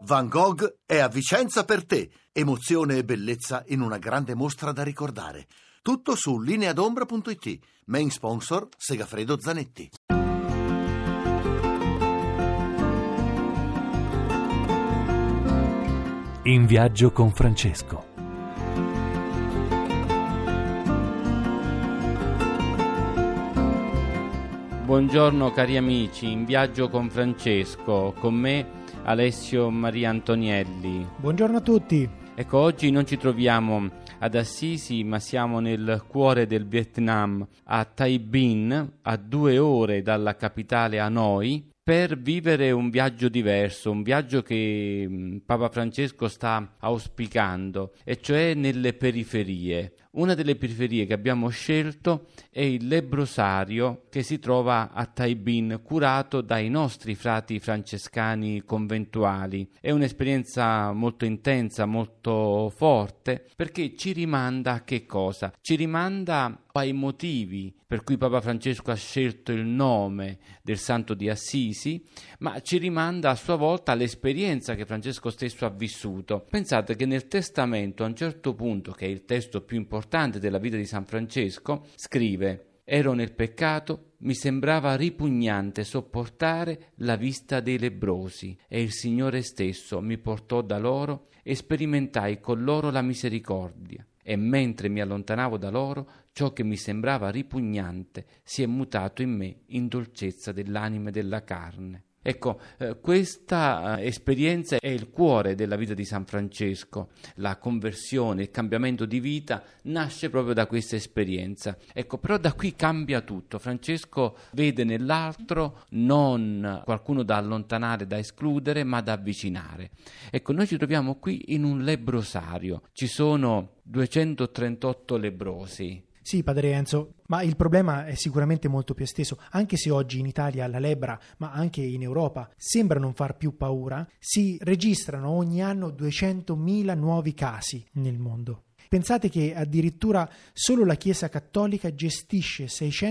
Van Gogh è a Vicenza per te. Emozione e bellezza in una grande mostra da ricordare. Tutto su lineadombra.it. Main sponsor Segafredo Zanetti. In viaggio con Francesco. Buongiorno cari amici, in viaggio con Francesco, con me Alessio Maria Antonielli. Buongiorno a tutti. Ecco, oggi non ci troviamo ad Assisi, ma siamo nel cuore del Vietnam, a Tay Binh, a 2 ore dalla capitale Hanoi, per vivere un viaggio diverso, un viaggio che Papa Francesco sta auspicando, e cioè nelle periferie. Una delle periferie che abbiamo scelto è il lebbrosario che si trova a Tay Binh, curato dai nostri frati francescani conventuali. È un'esperienza molto intensa, molto forte, perché ci rimanda a che cosa? Ci rimanda ai motivi per cui Papa Francesco ha scelto il nome del Santo di Assisi, ma ci rimanda a sua volta all'esperienza che Francesco stesso ha vissuto. Pensate che nel Testamento, a un certo punto, che è il testo più importante della vita di San Francesco, scrive: «Ero nel peccato, mi sembrava ripugnante sopportare la vista dei lebbrosi, e il Signore stesso mi portò da loro e sperimentai con loro la misericordia. E mentre mi allontanavo da loro, ciò che mi sembrava ripugnante si è mutato in me in dolcezza dell'anima e della carne». Ecco, questa esperienza è il cuore della vita di San Francesco. La conversione, il cambiamento di vita nasce proprio da questa esperienza. Ecco, però da qui cambia tutto. Francesco vede nell'altro non qualcuno da allontanare, da escludere, ma da avvicinare. Ecco, noi ci troviamo qui in un lebbrosario. Ci sono 238 lebbrosi. Sì, padre Enzo, ma il problema è sicuramente molto più esteso. Anche se oggi in Italia la lebbra, ma anche in Europa, sembra non far più paura, si registrano ogni anno 200.000 nuovi casi nel mondo. Pensate che addirittura solo la Chiesa Cattolica gestisce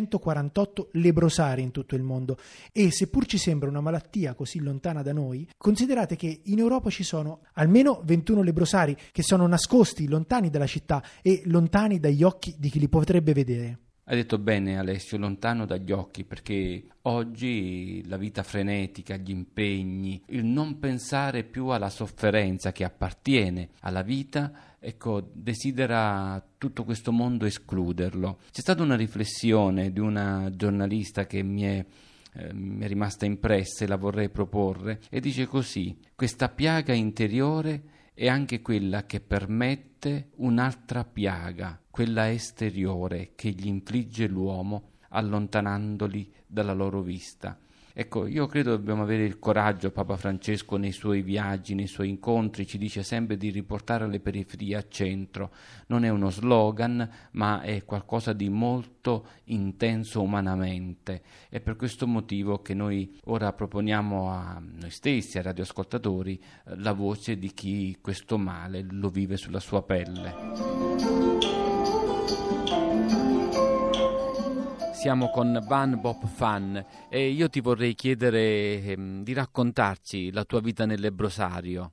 648 lebrosari in tutto il mondo, e seppur ci sembra una malattia così lontana da noi, considerate che in Europa ci sono almeno 21 lebrosari che sono nascosti lontani dalla città e lontani dagli occhi di chi li potrebbe vedere. Hai detto bene Alessio, lontano dagli occhi, perché oggi la vita frenetica, gli impegni, il non pensare più alla sofferenza che appartiene alla vita, ecco, desidera tutto questo mondo escluderlo. C'è stata una riflessione di una giornalista che mi è rimasta impressa e la vorrei proporre, e dice così: questa piaga interiore è anche quella che permette un'altra piaga, quella esteriore, che gli infligge l'uomo allontanandoli dalla loro vista. Ecco, io credo dobbiamo avere il coraggio. Papa Francesco nei suoi viaggi, nei suoi incontri ci dice sempre di riportare le periferie a centro. Non è uno slogan, ma è qualcosa di molto intenso umanamente. È per questo motivo che noi ora proponiamo a noi stessi, ai radioascoltatori, la voce di chi questo male lo vive sulla sua pelle. Siamo con Van Bop Phan e io ti vorrei chiedere di raccontarci la tua vita nel lebbrosario.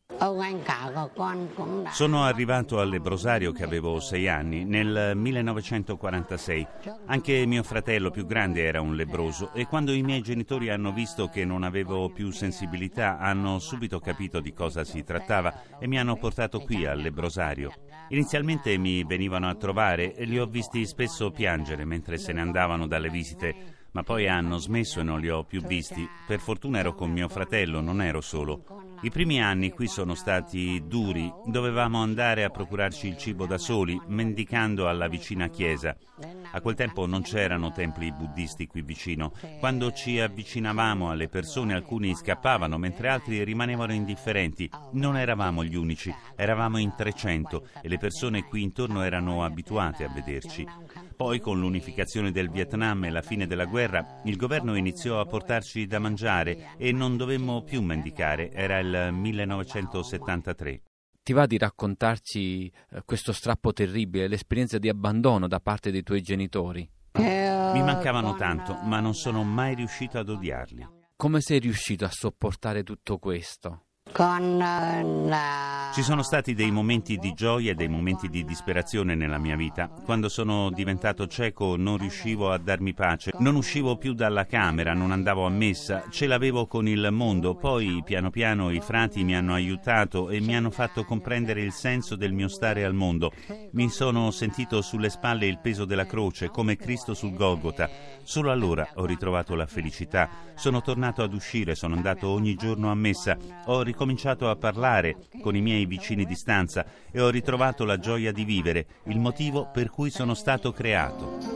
Sono arrivato al lebbrosario che avevo 6 anni, nel 1946. Anche mio fratello più grande era un lebbroso, e quando i miei genitori hanno visto che non avevo più sensibilità, hanno subito capito di cosa si trattava e mi hanno portato qui al lebbrosario. Inizialmente mi venivano a trovare e li ho visti spesso piangere mentre se ne andavano dalle visite, ma poi hanno smesso e non li ho più visti. Per fortuna ero con mio fratello, non ero solo. I primi anni qui sono stati duri, dovevamo andare a procurarci il cibo da soli, mendicando alla vicina chiesa. A quel tempo non c'erano templi buddisti qui vicino. Quando ci avvicinavamo alle persone, alcuni scappavano, mentre altri rimanevano indifferenti. Non eravamo gli unici, eravamo in 300 e le persone qui intorno erano abituate a vederci. Poi, con l'unificazione del Vietnam e la fine della guerra, il governo iniziò a portarci da mangiare e non dovemmo più mendicare. Era il 1973. Ti va di raccontarci questo strappo terribile, l'esperienza di abbandono da parte dei tuoi genitori? Mi mancavano tanto, ma non sono mai riuscito ad odiarli. Come sei riuscito a sopportare tutto questo? Ci sono stati dei momenti di gioia e dei momenti di disperazione nella mia vita. Quando sono diventato cieco non riuscivo a darmi pace, non uscivo più dalla camera, non andavo a messa, ce l'avevo con il mondo. Poi piano piano i frati mi hanno aiutato e mi hanno fatto comprendere il senso del mio stare al mondo. Mi sono sentito sulle spalle il peso della croce, come Cristo sul Golgota. Solo allora ho ritrovato la felicità. Sono tornato ad uscire, sono andato ogni giorno a messa, ho ricominciato a parlare con i miei vicini di stanza e ho ritrovato la gioia di vivere, il motivo per cui sono stato creato.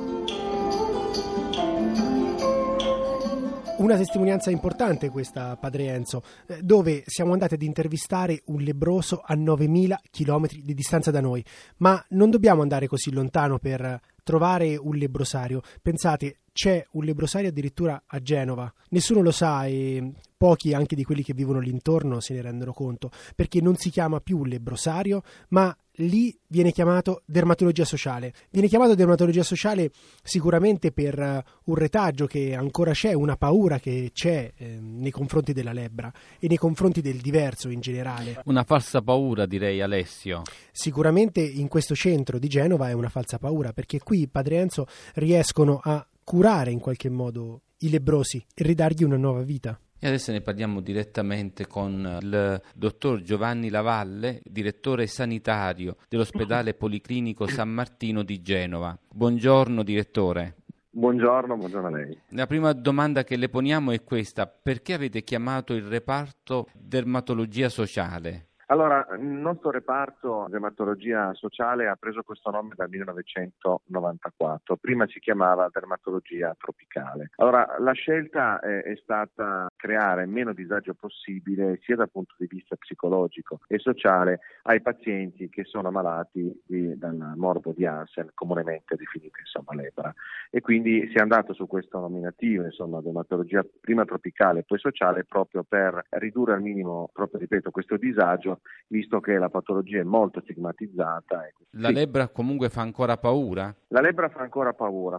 Una testimonianza importante questa, padre Enzo, dove siamo andati ad intervistare un lebbroso a 9.000 chilometri di distanza da noi, ma non dobbiamo andare così lontano per trovare un lebbrosario. Pensate, c'è un lebbrosario addirittura a Genova, nessuno lo sa e pochi anche di quelli che vivono lì intorno se ne rendono conto, perché non si chiama più lebbrosario, ma lì viene chiamato dermatologia sociale. Viene chiamato dermatologia sociale sicuramente per un retaggio che ancora c'è, una paura che c'è nei confronti della lebbra e nei confronti del diverso in generale. Una falsa paura, direi, Alessio. Sicuramente in questo centro di Genova è una falsa paura, perché qui, padre Enzo, riescono a curare in qualche modo i lebbrosi e ridargli una nuova vita. E adesso ne parliamo direttamente con il dottor Giovanni Lavalle, direttore sanitario dell'ospedale Policlinico San Martino di Genova. Buongiorno direttore. Buongiorno a lei. La prima domanda che le poniamo è questa: perché avete chiamato il reparto dermatologia sociale? Allora, il nostro reparto dermatologia sociale ha preso questo nome dal 1994, prima si chiamava dermatologia tropicale. Allora, la scelta è stata creare meno disagio possibile sia dal punto di vista psicologico e sociale ai pazienti che sono malati dal morbo di Hansen, comunemente definita lebbra. E quindi si è andato su questo nominativo, dermatologia prima tropicale e poi sociale, proprio per ridurre al minimo, proprio ripeto, questo disagio, visto che la patologia è molto stigmatizzata. La lebbra comunque fa ancora paura? La lebbra fa ancora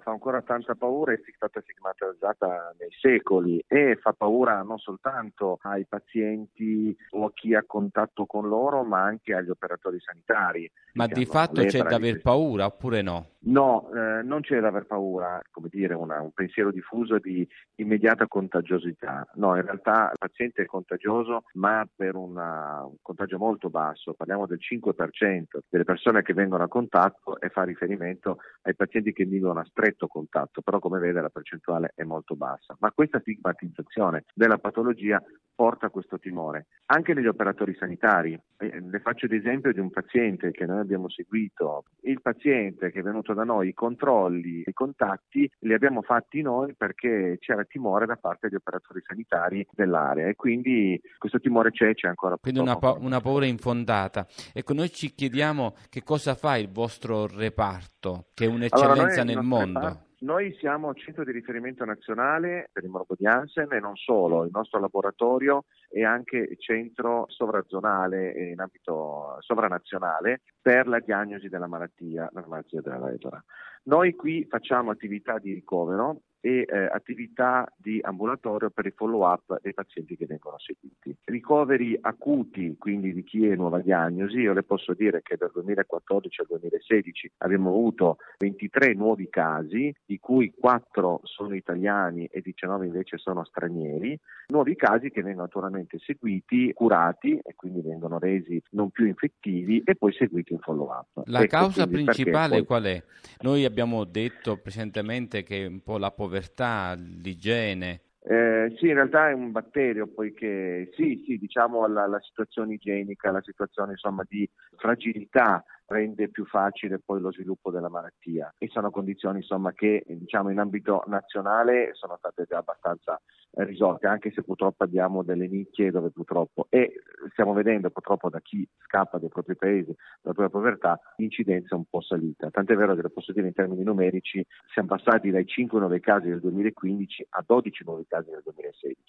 tanta paura, è stata stigmatizzata nei secoli e fa paura non soltanto ai pazienti o a chi ha contatto con loro, ma anche agli operatori sanitari. Ma di fatto c'è da aver paura oppure no? No, non c'è da aver paura, come dire, un pensiero diffuso di immediata contagiosità. No, in realtà il paziente è contagioso, ma per un contagio molto basso, parliamo del 5% delle persone che vengono a contatto, e fa riferimento ai pazienti che vivono a stretto contatto, però come vede la percentuale è molto bassa. Ma questa stigmatizzazione della patologia porta a questo timore. Anche negli operatori sanitari, le faccio l'esempio di un paziente che noi abbiamo seguito. Il paziente che è venuto da noi, i controlli, i contatti li abbiamo fatti noi perché c'era timore da parte degli operatori sanitari dell'area, e quindi questo timore c'è ancora. Quindi una paura infondata. Ecco, noi ci chiediamo che cosa fa il vostro reparto, che è un'eccellenza nel mondo. Noi siamo centro di riferimento nazionale per il morbo di Hansen e non solo, il nostro laboratorio è anche centro sovrazonale e in ambito sovranazionale per la diagnosi della malattia della lebbra. Noi qui facciamo attività di ricovero e attività di ambulatorio per il follow-up dei pazienti che vengono seguiti. Ricoveri acuti, quindi di chi è nuova diagnosi. Io le posso dire che dal 2014 al 2016 abbiamo avuto 23 nuovi casi, di cui 4 sono italiani e 19 invece sono stranieri. Nuovi casi che vengono naturalmente seguiti, curati e quindi vengono resi non più infettivi e poi seguiti in follow-up. La causa principale qual è? Noi abbiamo detto precedentemente che un po' la povertà, l'igiene. Sì, in realtà è un batterio, poiché diciamo la situazione igienica, la situazione di fragilità rende più facile poi lo sviluppo della malattia, e sono condizioni che in ambito nazionale sono state già abbastanza risolte, anche se purtroppo abbiamo delle nicchie dove purtroppo, e stiamo vedendo purtroppo da chi scappa dai propri paesi, dalla propria povertà, l'incidenza è un po' salita, tant'è vero che lo posso dire in termini numerici, siamo passati dai 5 nuovi casi del 2015 a 12 nuovi casi nel 2016.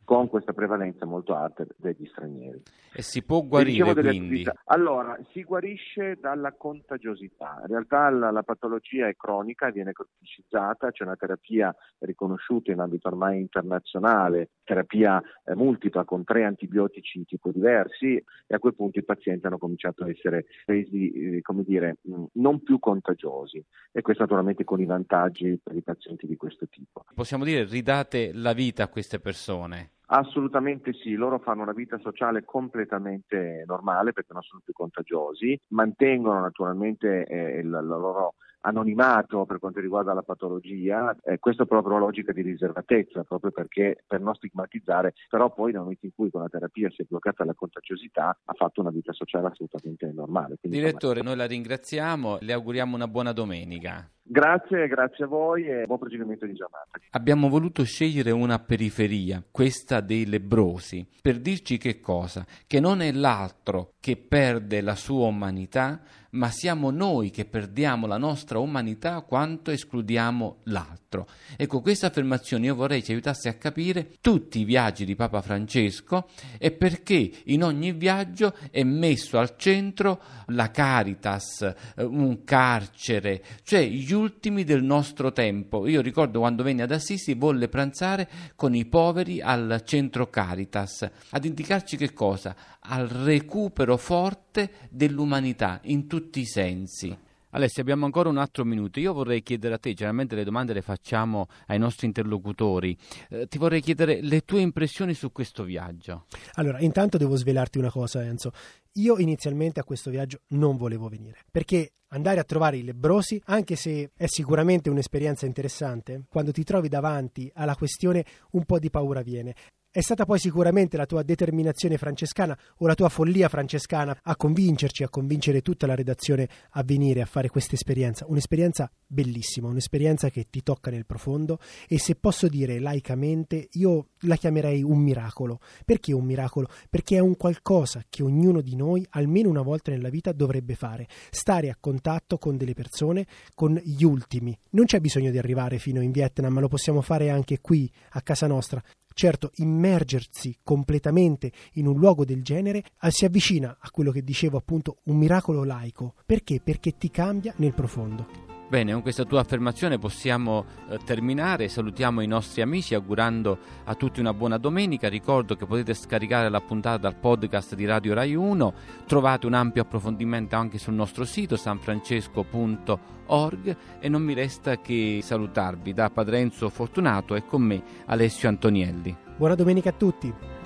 con questa prevalenza molto alta degli stranieri. E si può guarire quindi? Allora, si guarisce dalla contagiosità. In realtà la patologia è cronica, viene cronicizzata, c'è una terapia riconosciuta in ambito ormai internazionale, terapia multipla con 3 antibiotici tipo diversi, e a quel punto i pazienti hanno cominciato a essere resi, non più contagiosi, e questo naturalmente con i vantaggi per i pazienti di questo tipo. Possiamo dire ridate la vita a queste persone? Assolutamente sì, loro fanno una vita sociale completamente normale perché non sono più contagiosi, mantengono naturalmente la loro anonimato per quanto riguarda la patologia, questo proprio logica di riservatezza, proprio perché per non stigmatizzare, però poi nel momento in cui con la terapia si è bloccata la contagiosità ha fatto una vita sociale assolutamente normale. Quindi, direttore, noi la ringraziamo, le auguriamo una buona domenica. Grazie a voi e buon proseguimento di giornata. Abbiamo voluto scegliere una periferia, questa dei lebbrosi, per dirci che cosa? Che non è l'altro che perde la sua umanità, ma siamo noi che perdiamo la nostra umanità quanto escludiamo l'altro. Ecco, questa affermazione io vorrei ci aiutasse a capire tutti i viaggi di Papa Francesco e perché in ogni viaggio è messo al centro la Caritas, un carcere, cioè gli ultimi del nostro tempo. Io ricordo quando venne ad Assisi volle pranzare con i poveri al centro Caritas, ad indicarci che cosa? Al recupero forte dell'umanità in tutti i sensi. Alessia, abbiamo ancora un altro minuto. Io vorrei chiedere a te, generalmente le domande le facciamo ai nostri interlocutori, ti vorrei chiedere le tue impressioni su questo viaggio. Allora, intanto devo svelarti una cosa, Enzo. Io inizialmente a questo viaggio non volevo venire, perché andare a trovare i lebbrosi, anche se è sicuramente un'esperienza interessante, quando ti trovi davanti alla questione un po' di paura viene. È stata poi sicuramente la tua determinazione francescana o la tua follia francescana a convincerci, a convincere tutta la redazione a venire a fare questa esperienza. Un'esperienza bellissima, un'esperienza che ti tocca nel profondo e, se posso dire laicamente, io la chiamerei un miracolo. Perché un miracolo? Perché è un qualcosa che ognuno di noi almeno una volta nella vita dovrebbe fare. Stare a contatto con delle persone, con gli ultimi. Non c'è bisogno di arrivare fino in Vietnam, lo possiamo fare anche qui, a casa nostra. Certo, immergersi completamente in un luogo del genere si avvicina a quello che dicevo, appunto, un miracolo laico. Perché? Perché ti cambia nel profondo. Bene, con questa tua affermazione possiamo terminare. Salutiamo i nostri amici augurando a tutti una buona domenica. Ricordo che potete scaricare la puntata dal podcast di Radio Rai 1. Trovate un ampio approfondimento anche sul nostro sito sanfrancesco.org e non mi resta che salutarvi da Padre Enzo Fortunato e con me Alessio Antonielli. Buona domenica a tutti.